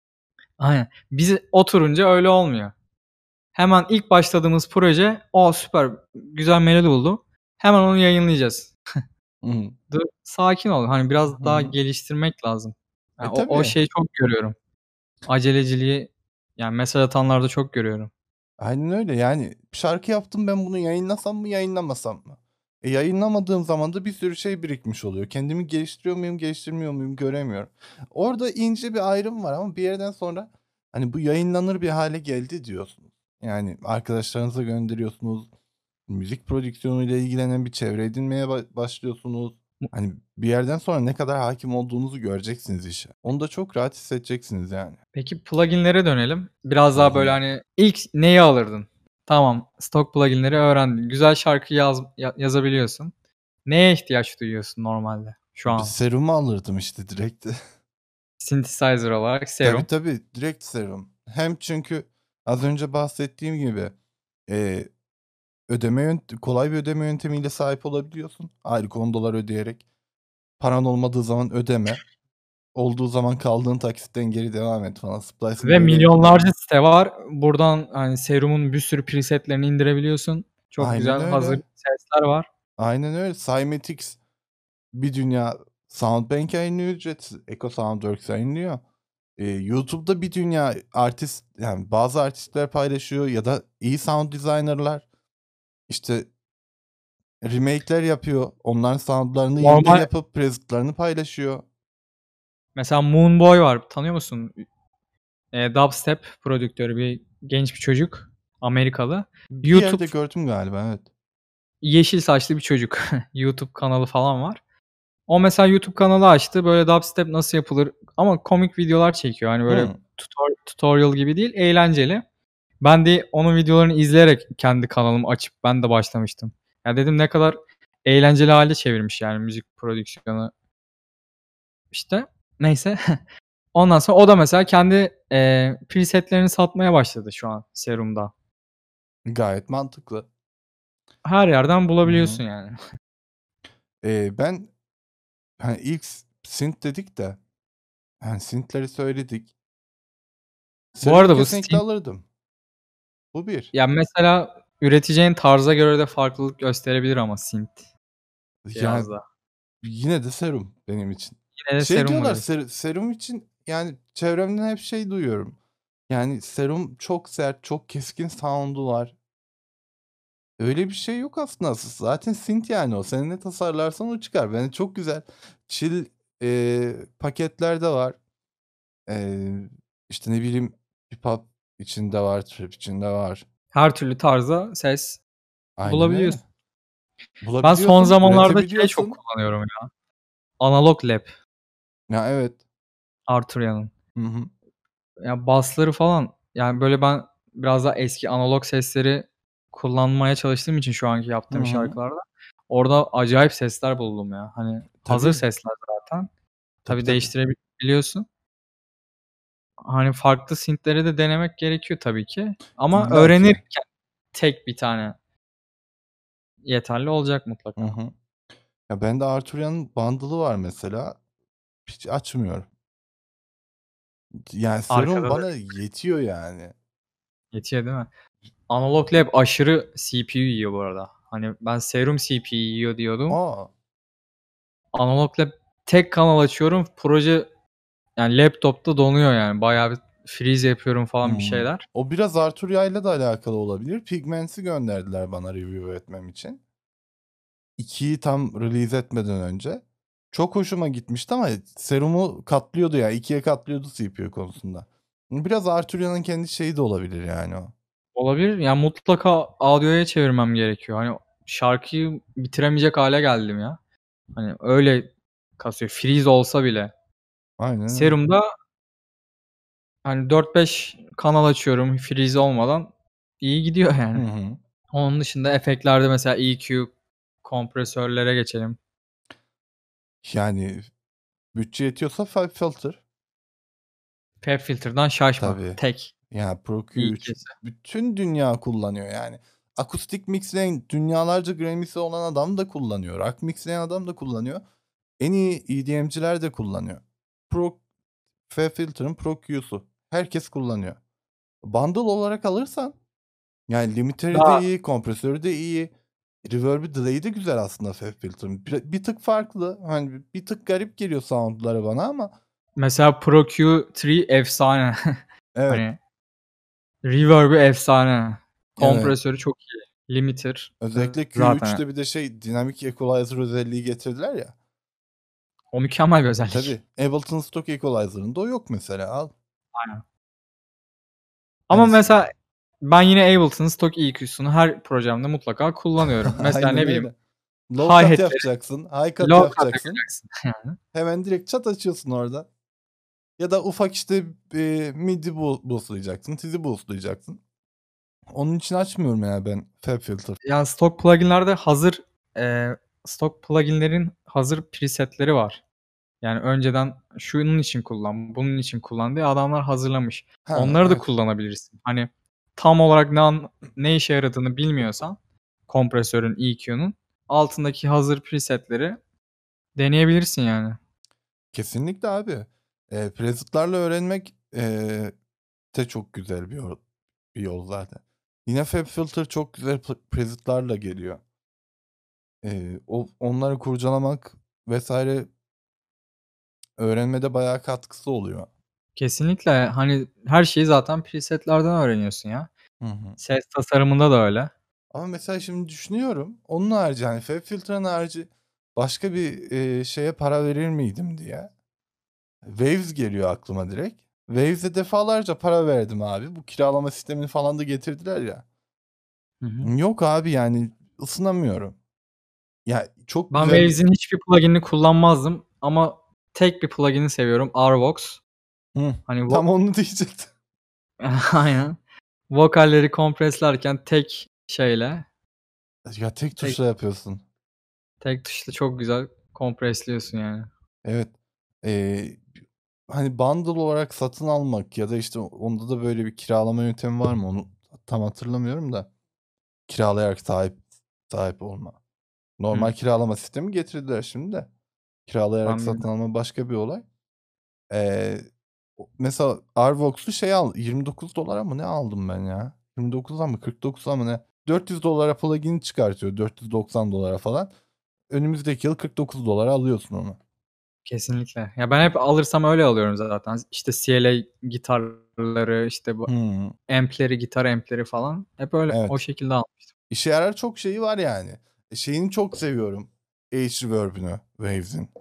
Aynen. Biz oturunca öyle olmuyor. Hemen ilk başladığımız proje, "A, süper, güzel melodi buldu. Hemen onu yayınlayacağız." Hı hı. Dur, sakin ol. Hani, biraz Hı daha hı. geliştirmek lazım. E, Ya, o o tabii. şeyi çok görüyorum. Aceleciliği, yani, mesaj atanlarda çok görüyorum. Aynen öyle. Yani şarkı yaptım, ben bunu yayınlasam mı, yayınlamasam mı? E, yayınlamadığım zaman da bir sürü şey birikmiş oluyor. Kendimi geliştiriyor muyum, geliştirmiyor muyum göremiyorum. Orada ince bir ayrım var ama bir yerden sonra hani bu yayınlanır bir hale geldi diyorsunuz. Yani arkadaşlarınıza gönderiyorsunuz. Müzik prodüksiyonuyla ilgilenen bir çevre edinmeye ba- başlıyorsunuz. Hani bir yerden sonra ne kadar hakim olduğunuzu göreceksiniz işe. Onu da çok rahat hissedeceksiniz yani. Peki plugin'lere dönelim. Biraz daha, böyle, Pluginler. hani, ilk neyi alırdın? Tamam, stok plugin'leri öğrendin. Güzel şarkı yaz ya yazabiliyorsun. Neye ihtiyaç duyuyorsun normalde şu Bir an? serumu alırdım işte direkt. Synthesizer olarak Tabii Serum. tabii, direkt serum. Hem çünkü az önce bahsettiğim gibi e, ödeme yönt- kolay bir ödeme yöntemiyle sahip olabiliyorsun. Aylık on dolar ödeyerek. Paran olmadığı zaman ödeme. Olduğu zaman kaldığın taksitten geri devam et falan. Splice'ın Ve böyle yakınları. milyonlarca site var. Buradan, hani, Serum'un bir sürü preset'lerini indirebiliyorsun. Çok Aynen güzel hazır öyle. sesler var. Aynen öyle. Cymatics bir dünya Soundbank yayınlıyor ücretsiz. Echo Soundworks yayınlıyor. Ee, YouTube'da bir dünya artist, yani bazı artistler paylaşıyor ya da iyi sound designer'lar işte remake'ler yapıyor. Onların soundlarını yeniden Normal yapıp preset'larını paylaşıyor. mesela Moonboy var. Tanıyor musun? Eee, dubstep prodüktörü bir genç bir çocuk. Amerikalı. Bir YouTube yerde gördüm galiba, evet. yeşil saçlı bir çocuk. YouTube kanalı falan var. O mesela YouTube kanalı açtı. Böyle dubstep nasıl yapılır ama komik videolar çekiyor. Hani böyle Hı. tutor tutorial gibi değil, eğlenceli. Ben de onun videolarını izleyerek kendi kanalımı açıp ben de başlamıştım. Ya dedim ne kadar eğlenceli hale çevirmiş yani müzik prodüksiyonu işte. Neyse. Ondan sonra o da mesela kendi, eee, preset'lerini satmaya başladı şu an Serum'da. Gayet mantıklı. Her yerden Hı hı. bulabiliyorsun yani. Ee, ben hani ilk s- synth dedik de hani synth'leri söyledik. Bu Serumu arada bu kesinlikle Steam alırdım. Bu bir. ya mesela üreteceğin tarza göre de farklılık gösterebilir ama synth Yani biraz da. yine de serum benim için. Yine de Şey Serum mu diyorlar, diyorsun? ser- serum için yani çevremden hep şey duyuyorum. Yani serum çok sert, çok keskin sound'u var. Öyle bir şey yok aslında. Zaten synth yani o. Sen ne tasarlarsan o çıkar. Bence çok güzel. Chill e, paketler de var. E, işte ne bileyim, hip hop içinde var, trap içinde var. Her türlü tarza ses Aynen öyle. bulabiliyorsun. Ben son Bulabiliyorsun, zamanlarda şey çok üretebiliyorsun. kullanıyorum ya, Analog Lab, Ya evet. Arturia'nın. Hı hı. Ya bass'ları falan, yani, böyle, ben biraz daha eski analog sesleri kullanmaya çalıştığım için şu anki Hı yaptığım hı. şarkılarda orada acayip sesler buldum ya. Hani, hazır Tabii. sesler zaten. Tabii Tabii tabii. değiştirebiliyorsun. Hani, farklı synth'leri de denemek gerekiyor tabii ki ama İlla ki. öğrenirken tek bir tane yeterli olacak Hı mutlaka. hı. Ya bende Arturia'nın bundle'ı var mesela. Hiç açmıyorum. Yani serum Arkada da bana yetiyor yani. yetiyor değil mi? Analog Lab aşırı C P U yiyor bu arada. Hani, ben Serum C P U yiyor diyordum. Aa. Analog Lab tek kanal açıyorum. Proje yani laptop'ta donuyor yani. Bayağı bir freeze yapıyorum falan bir Hmm. şeyler. O biraz Arturia ile de alakalı olabilir. Pigments'i gönderdiler bana review etmem için. ikiyi tam release etmeden önce. Çok hoşuma gitmişti ama serumu katlıyordu ya. ikiye katlıyordu C P U konusunda. Biraz Arturia'nın kendi şeyi de olabilir yani o. Olabilir. Yani mutlaka audio'ya çevirmem gerekiyor. Hani şarkıyı bitiremeyecek hale geldim ya. Hani öyle kasıyor. Freeze olsa bile. Aynen öyle. Serum'da hani dört beş kanal açıyorum freeze olmadan. İyi gidiyor Hı yani. hı. Onun dışında efektlerde mesela E Q, kompresörlere geçelim. Yani bütçe yetiyorsa FabFilter. FabFilter'dan şaşma. Tabii. Tek. Ya Pro Q üç İyi.K'si. bütün dünya kullanıyor yani. Akustik mixleyen dünyalarca Grammy'si olan adam da kullanıyor. Rock mixleyen adam da kullanıyor. En iyi E D M'ciler de kullanıyor. Pro FabFilter'ın Pro Q'su. Herkes kullanıyor. Bundle olarak alırsan yani limiter'i de Daha iyi, kompresörü de iyi. Reverb'i, delay'i de güzel aslında FabFilter'ın. Bir, bir tık farklı. Hani bir tık garip geliyor sound'ları bana ama mesela Pro Q üç efsane. evet. Hani reverb'ü efsane. Evet. Kompresörü çok iyi. Limiter Özellikle Q zaten. üçte bir de şey dinamik equalizer özelliği getirdiler ya. O mükemmel bir özellik. Tabii. Ableton Stock Equalizer'ında o yok mesela. Al. Aynen. Ama Hani s- mesela ben yine Ableton'ın Stock E Q'sunu her projemde mutlaka kullanıyorum. Mesela aynen ne bileyim öyle. Low cut hi-hat'leri yapacaksın. High cut low cut yapacaksın. yapacaksın. Yani. Hemen direkt çat açıyorsun orada. Ya da ufak işte e, midi bu boostlayacaksın. Tizi boostlayacaksın. Onun için açmıyorum ya ben FabFilter. Ya stock plugin'lerde hazır eee stock plugin'lerin hazır preset'leri var. Yani önceden şunun için kullan, bunun için kullan diye adamlar hazırlamış. Ha Onları da evet. kullanabilirsin. Hani tam olarak ne an ne işe yaradığını bilmiyorsan kompresörün, E Q'nun altındaki hazır preset'leri deneyebilirsin yani. Kesinlikle abi. E, preset'larla öğrenmek e, de çok güzel bir yol, bir yol zaten. Yine FabFilter çok güzel pre- preset'larla geliyor. E, o onları kurcalamak vesaire öğrenmede bayağı katkısı oluyor. Kesinlikle hani her şeyi zaten preset'lerden öğreniyorsun ya. Hı hı. Ses tasarımında da öyle. Ama mesela şimdi düşünüyorum. Onun harici hani FabFilter'ın harici başka bir e, şeye para verir miydim diye. Waves geliyor aklıma direkt. Waves'e defalarca para verdim abi. Bu kiralama sistemini falan da getirdiler ya. Hı hı. Yok abi yani ısınamıyorum. Ya çok Ben güzel bir... Waves'in hiçbir plugin'ini kullanmazdım ama tek bir plugin'i seviyorum. Arvox. Hı, Hani vo tam onu diyecektim. Aynen. Vokalleri kompreslerken tek şeyle, Ya tek tek tuşla yapıyorsun. tek tuşla çok güzel kompresliyorsun yani. Evet. Ee, hani bundle olarak satın almak ya da işte onda da böyle bir kiralama yöntemi var mı onu tam hatırlamıyorum da. Kiralayarak sahip sahip olma. Hı. Normal kiralama sistemi getirdiler şimdi de. Kiralayarak Ben satın bilmiyorum. alma başka bir olay. Ee, mesela Arvox'u şey al yirmi dokuz dolara mı ne aldım ben ya? yirmi dokuza mı kırk dokuza mı ne? dört yüz dolara plugin çıkartıyor. dört yüz doksan dolara falan. Önümüzdeki yıl kırk dokuz dolara alıyorsun onu. Kesinlikle. Ya ben hep alırsam öyle alıyorum zaten. İşte C L A gitarları, işte bu Hmm, amp'leri, gitar amp'leri falan hep öyle o evet. şekilde almıştım. İşe yarar çok şeyi var yani. E, Şeyini çok seviyorum. H Reverb'ünü Waves'in.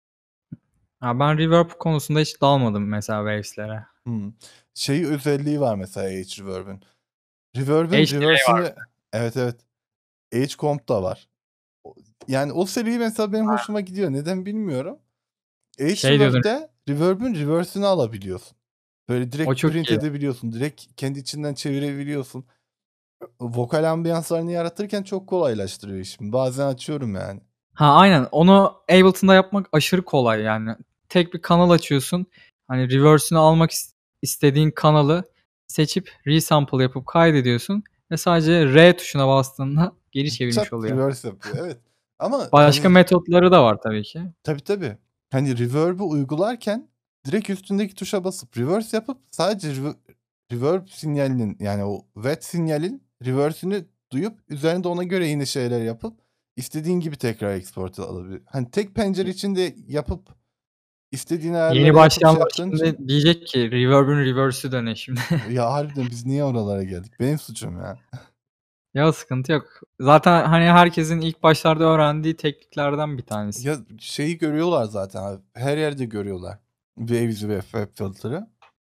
Ya ben reverb konusunda hiç dalmadım mesela Waves'lere. Hmm. Şey özelliği var mesela H Reverb'ün. Reverb'ün H-Delay var. reverse'ini evet evet H-Comp da var. O- Yani o seri mesela benim hoşuma gidiyor. Neden bilmiyorum. Şey diyordun, H-Reverb'de reverb'ün reverse'ünü alabiliyorsun. Böyle o direkt çok print iyi. edebiliyorsun. Direkt kendi içinden çevirebiliyorsun. Vokal ambiyanslarını yaratırken çok kolaylaştırıyor işimi. Bazen açıyorum yani. Ha, aynen. Onu Ableton'da yapmak aşırı kolay yani. Tek bir kanal açıyorsun. Hani reverse'ünü almak is- istediğin kanalı seçip resample yapıp kaydediyorsun ve sadece R tuşuna bastığında geri çevirmiş Çat oluyor. reverse yapıyor. Evet. Ama Başka hani metotları da var tabii ki. tabii tabii. Hani reverb'ü uygularken direkt üstündeki tuşa basıp reverse yapıp sadece rever- reverb sinyalinin yani o wet sinyalin reverse'ünü duyup üzerinde ona göre yeni şeyler yapıp istediğin gibi tekrar export alabilir. Hani tek pencere içinde yapıp istediğin Yeni ayarları yapıp şey başlayanlar yaptığın için şimdi diyecek ki reverb'ün reverse'ü de ne şimdi? ya harbiden biz niye oralara geldik? Benim suçum ya. Ya sıkıntı yok. Zaten hani herkesin ilk başlarda öğrendiği tekniklerden bir tanesi. Ya şeyi görüyorlar zaten abi. Her yerde görüyorlar. Waves ve FabFilter'ı.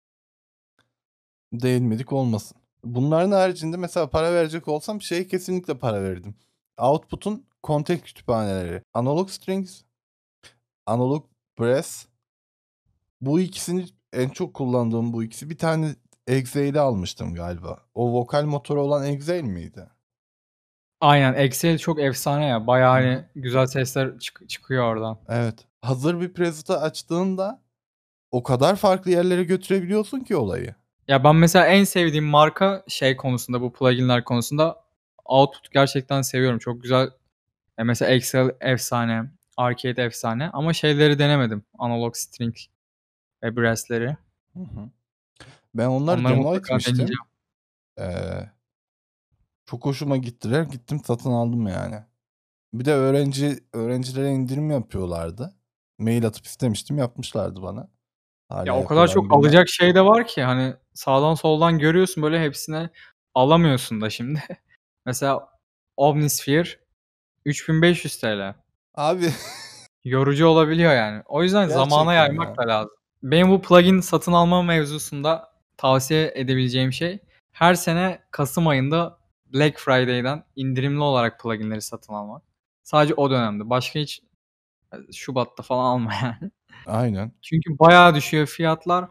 Değinmedik olmasın. Bunların haricinde mesela para verecek olsam şeye kesinlikle para verirdim. Output'un content kütüphaneleri. Analog Strings, Analog Brass, Bu ikisini en çok kullandığım bu ikisi. Bir tane Exhale'i almıştım galiba. O vokal motoru olan Exhale miydi? Aynen. Exhale çok efsane ya. Bayağı Hı hani hı. güzel sesler çık çıkıyor oradan. Evet. Hazır bir preset'ı açtığında o kadar farklı yerlere götürebiliyorsun ki olayı. Ya ben mesela en sevdiğim marka şey konusunda, bu plugin'ler konusunda Output gerçekten seviyorum. Çok güzel. Ya mesela Excel efsane, Arcade efsane ama şeyleri denemedim. Analog string ve brass'leri. Hı hı. Ben onları Onları demo mutlaka etmiştim. deneyeceğim. Ee, çok hoşuma gittiler. Gittim satın aldım yani. Bir de öğrenci öğrencilere indirim yapıyorlardı. Mail atıp istemiştim, yapmışlardı bana. Ya Hala o kadar yapıyorlar mı çok bilmem. alacak şey de var ki hani sağdan soldan görüyorsun, böyle hepsine alamıyorsun da şimdi. Mesela Omnisphere üç bin beş yüz T L. Abi Yorucu olabiliyor yani. O yüzden zamana gerçekten yaymak ya. da lazım. Benim bu plugin satın alma mevzusunda tavsiye edebileceğim şey, her sene kasım ayında Black Friday'den indirimli olarak pluginleri satın almak. Sadece o dönemde. Başka hiç Şubat'ta falan alma yani. Aynen. Çünkü bayağı düşüyor fiyatlar.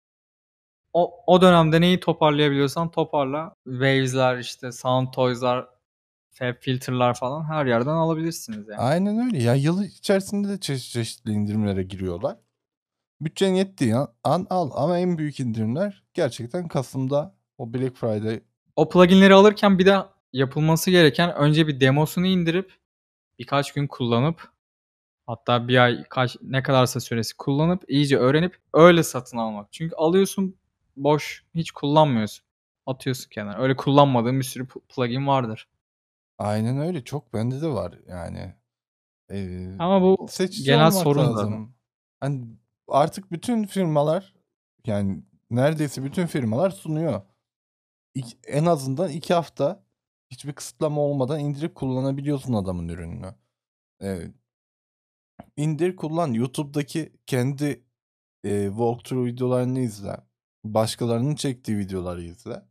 O, o dönemde neyi toparlayabiliyorsan toparla. Waves'ler, işte Soundtoys'lar, Fab Filter'lar falan her yerden alabilirsiniz yani. Aynen öyle. Ya yıl içerisinde de çeşit çeşitli indirimlere giriyorlar. Bütçen yettiği an, an al ama en büyük indirimler gerçekten Kasım'da, o Black Friday. O pluginleri alırken bir de yapılması gereken, önce bir demosunu indirip birkaç gün kullanıp, hatta bir ay, kaç ne kadarsa süresi kullanıp iyice öğrenip öyle satın almak. Çünkü alıyorsun boş, hiç kullanmıyorsun. Atıyorsun kenara. Öyle kullanmadığın bir sürü pu- plugin vardır. Aynen öyle. Çok bende de var yani. Ee, Ama bu seçici genel olmak sorun zaten. lazım. Hani artık bütün firmalar, yani neredeyse bütün firmalar sunuyor. İk- en azından iki hafta hiçbir kısıtlama olmadan indirip kullanabiliyorsun adamın ürününü. Evet. İndir kullan. YouTube'daki kendi e, walkthrough videolarını izle. Başkalarının çektiği videoları izle.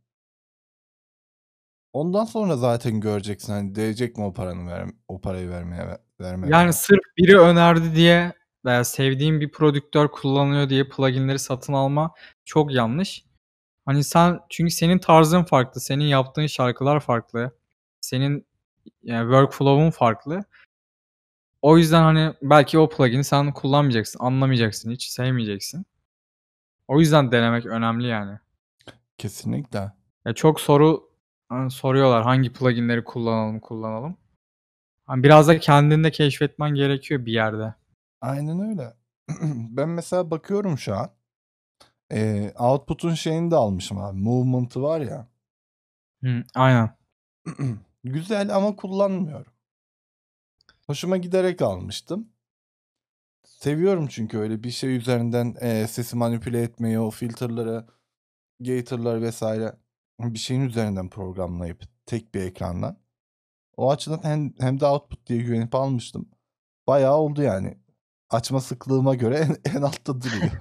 Ondan sonra zaten göreceksin hani değecek mi o paranı ver, o parayı vermeye Yani vermemeye. sırf biri önerdi diye veya sevdiğin bir prodüktör kullanıyor diye pluginleri satın alma çok yanlış. Hani sen, çünkü senin tarzın farklı, senin yaptığın şarkılar farklı, senin yani workflow'un farklı. O yüzden hani belki o plugin'i sen kullanmayacaksın, anlamayacaksın, hiç sevmeyeceksin. O yüzden denemek önemli yani. Kesinlikle. Ya çok soru hani soruyorlar, hangi pluginleri kullanalım kullanalım. Hani biraz da kendin de keşfetmen gerekiyor bir yerde. Aynen öyle. Ben mesela bakıyorum şu an. E, output'un şeyini de almışım abi. Movement'ı var ya. Hı, aynen. Güzel ama kullanmıyorum. Hoşuma giderek almıştım. Seviyorum çünkü öyle bir şey üzerinden e, sesi manipüle etmeyi, o filterları, gator'lar vesaire bir şeyin üzerinden programlayıp tek bir ekrandan. O açıdan hem, hem de output diye güvenip almıştım. Bayağı oldu yani. Açma sıklığıma göre en, en altta duruyor.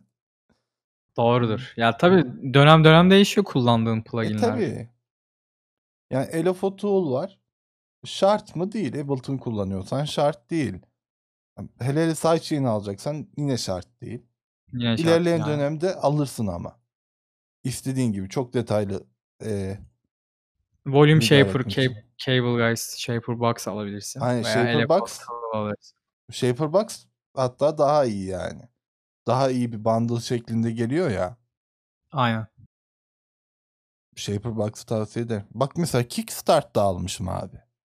Doğrudur. Ya tabii dönem dönem değişiyor kullandığın E pluginler. tabii. Yani L F O Tool var. Şart mı? Değil. Ableton kullanıyorsan şart değil. Hele hele sidechain alacaksan yine şart değil. Yine şart İlerleyen yani. dönemde alırsın ama. İstediğin gibi çok detaylı e, Volume müdahale Shaper, etmek için. Cab- Cable Guys, Shaper Box alabilirsin Aynen veya Shaper L F O Box. Tool alabilirsin. Shaper Box hatta daha iyi yani. Daha iyi bir bundle şeklinde geliyor ya. Aynen. Shaper Box'ı tavsiye ederim. Bak mesela Kickstart'ta almışım abi.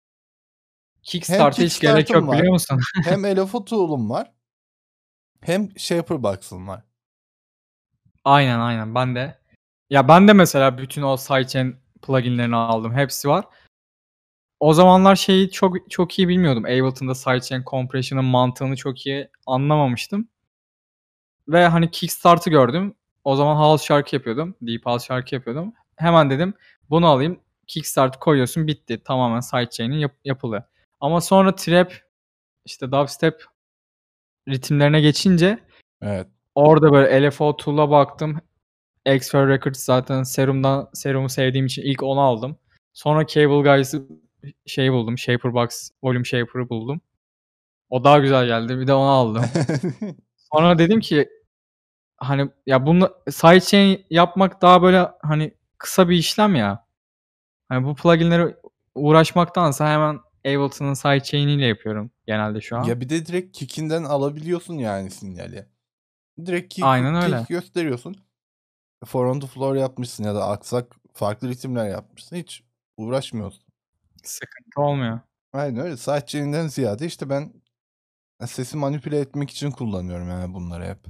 Hem Kickstart'a hiç gerek Kickstart'ım yok, var. biliyor musun? Hem L F O Tool'um var. Hem Shaper Box'ım var. Aynen, aynen. Ben de. Ya ben de mesela bütün o sidechain pluginlerini aldım. Hepsi var. O zamanlar şeyi çok çok iyi bilmiyordum. Ableton'da sidechain compression'ın mantığını çok iyi anlamamıştım. Ve hani Kickstart'ı gördüm. O zaman house şarkı yapıyordum. Deep house şarkı yapıyordum. Hemen dedim bunu alayım. Kickstart koyuyorsun, bitti. Tamamen sidechain'in yap- yapılı. Ama sonra trap, işte dubstep ritimlerine geçince Evet. orada böyle L F O Tool'a baktım. X-Fer Records, zaten Serum'dan Serum'u sevdiğim için ilk onu aldım. Sonra Cable Guys'ı şey buldum. Shaper Box Volume Shaper'ı buldum. O daha güzel geldi. Bir de onu aldım. Sonra dedim ki Hani ya bunu sidechain yapmak daha böyle hani kısa bir işlem ya. Hani bu plugin'lere uğraşmaktansa hemen Ableton'ın sidechain'iyle yapıyorum genelde şu an. Ya bir de direkt Kick'inden alabiliyorsun yani sinyali. Direkt kick, Aynen öyle. kick gösteriyorsun. Four on the floor yapmışsın ya da aksak farklı ritimler yapmışsın. Hiç uğraşmıyorsun. Sıkıntı olmuyor. Aynen öyle. Sidechain'den ziyade işte ben sesi manipüle etmek için kullanıyorum yani bunları hep.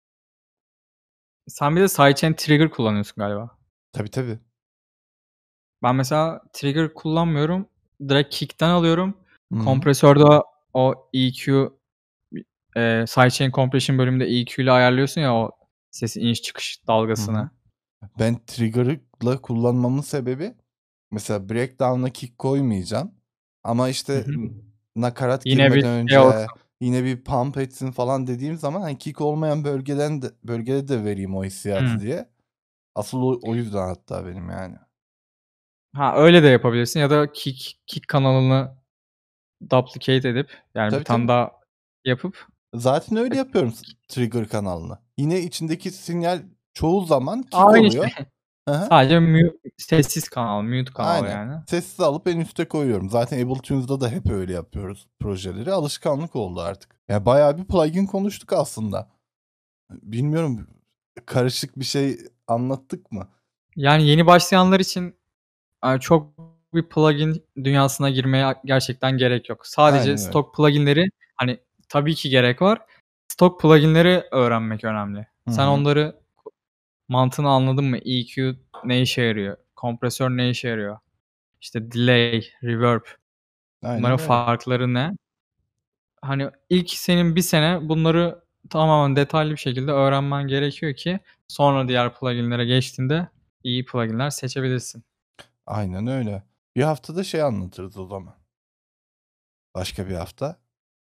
Sen bir de sidechain trigger kullanıyorsun galiba. Tabii tabii. Ben mesela trigger kullanmıyorum. Direkt kick'ten alıyorum. Hı-hı. Kompresörde o E Q e, sidechain compression bölümünde E Q ile ayarlıyorsun ya o sesin iniş çıkış dalgasını. Hı-hı. Ben trigger'la kullanmamın sebebi mesela breakdown'a kick koymayacağım. Ama işte Hı hı. nakarat Yine bir girmeden şey önce olsun. yine bir pump etsin falan dediğim zaman hani kick olmayan bölgeden de, bölgede de vereyim o hissiyatı Hı. diye. Asıl o, o yüzden hatta benim yani. Ha öyle de yapabilirsin ya da kick kick kanalını duplicate edip yani Tabii bir tane tabii. daha yapıp Zaten öyle yapıyorum trigger kanalını. Yine içindeki sinyal çoğu zaman kick aynı şey. oluyor. Hı-hı. Sadece mute, sessiz kanal, mute kanal Aynen. yani. Sessiz alıp en üste koyuyorum. Zaten AbleTunes'da da hep öyle yapıyoruz projeleri. Alışkanlık oldu artık. Ya bayağı bir plugin konuştuk aslında. Bilmiyorum karışık bir şey anlattık mı? Yani yeni başlayanlar için yani çok bir plugin dünyasına girmeye gerçekten gerek yok. Sadece Aynen öyle. stok pluginleri hani tabii ki gerek var. Stok pluginleri öğrenmek önemli. Hı Sen hı. onları mantığını anladın mı? E Q ne işe yarıyor? Kompresör ne işe yarıyor? İşte delay, reverb bunların Aynen öyle. farkları ne? Hani ilk senin bir sene bunları tamamen detaylı bir şekilde öğrenmen gerekiyor ki sonra diğer pluginlere geçtiğinde iyi pluginler seçebilirsin. Aynen öyle. Bir haftada şey anlatırız o zaman. Başka bir hafta.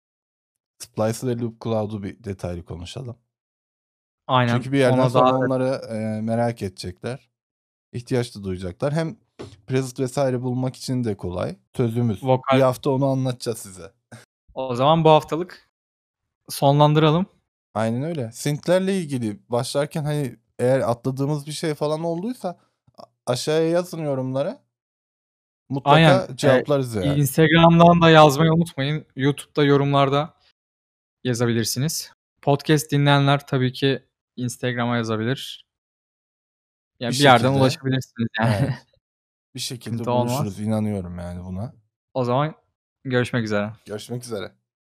Splice ve Loop Cloud'u bir detaylı konuşalım. Aynen. Çünkü bir yerden Ona daha sonra onları e, merak edecekler. İhtiyaç da duyacaklar. Hem preset vesaire bulmak için de kolay. Sözümüz. Bir vokal. hafta onu anlatacağız size. O zaman bu haftalık sonlandıralım. Aynen öyle. Synth'lerle ilgili başlarken hani eğer atladığımız bir şey falan olduysa a- aşağıya yazın yorumlara. Aynen. Mutlaka Eee, cevaplarız yani. Instagram'dan da yazmayı unutmayın. YouTube'da yorumlarda yazabilirsiniz. Podcast dinleyenler tabii ki Instagram'a yazabilir. Bir Ya bir yerden şekilde ulaşabilirsiniz yani. evet. Bir şekilde Sıkıntı olmaz. buluşuruz. İnanıyorum yani buna. O zaman görüşmek üzere. Görüşmek üzere.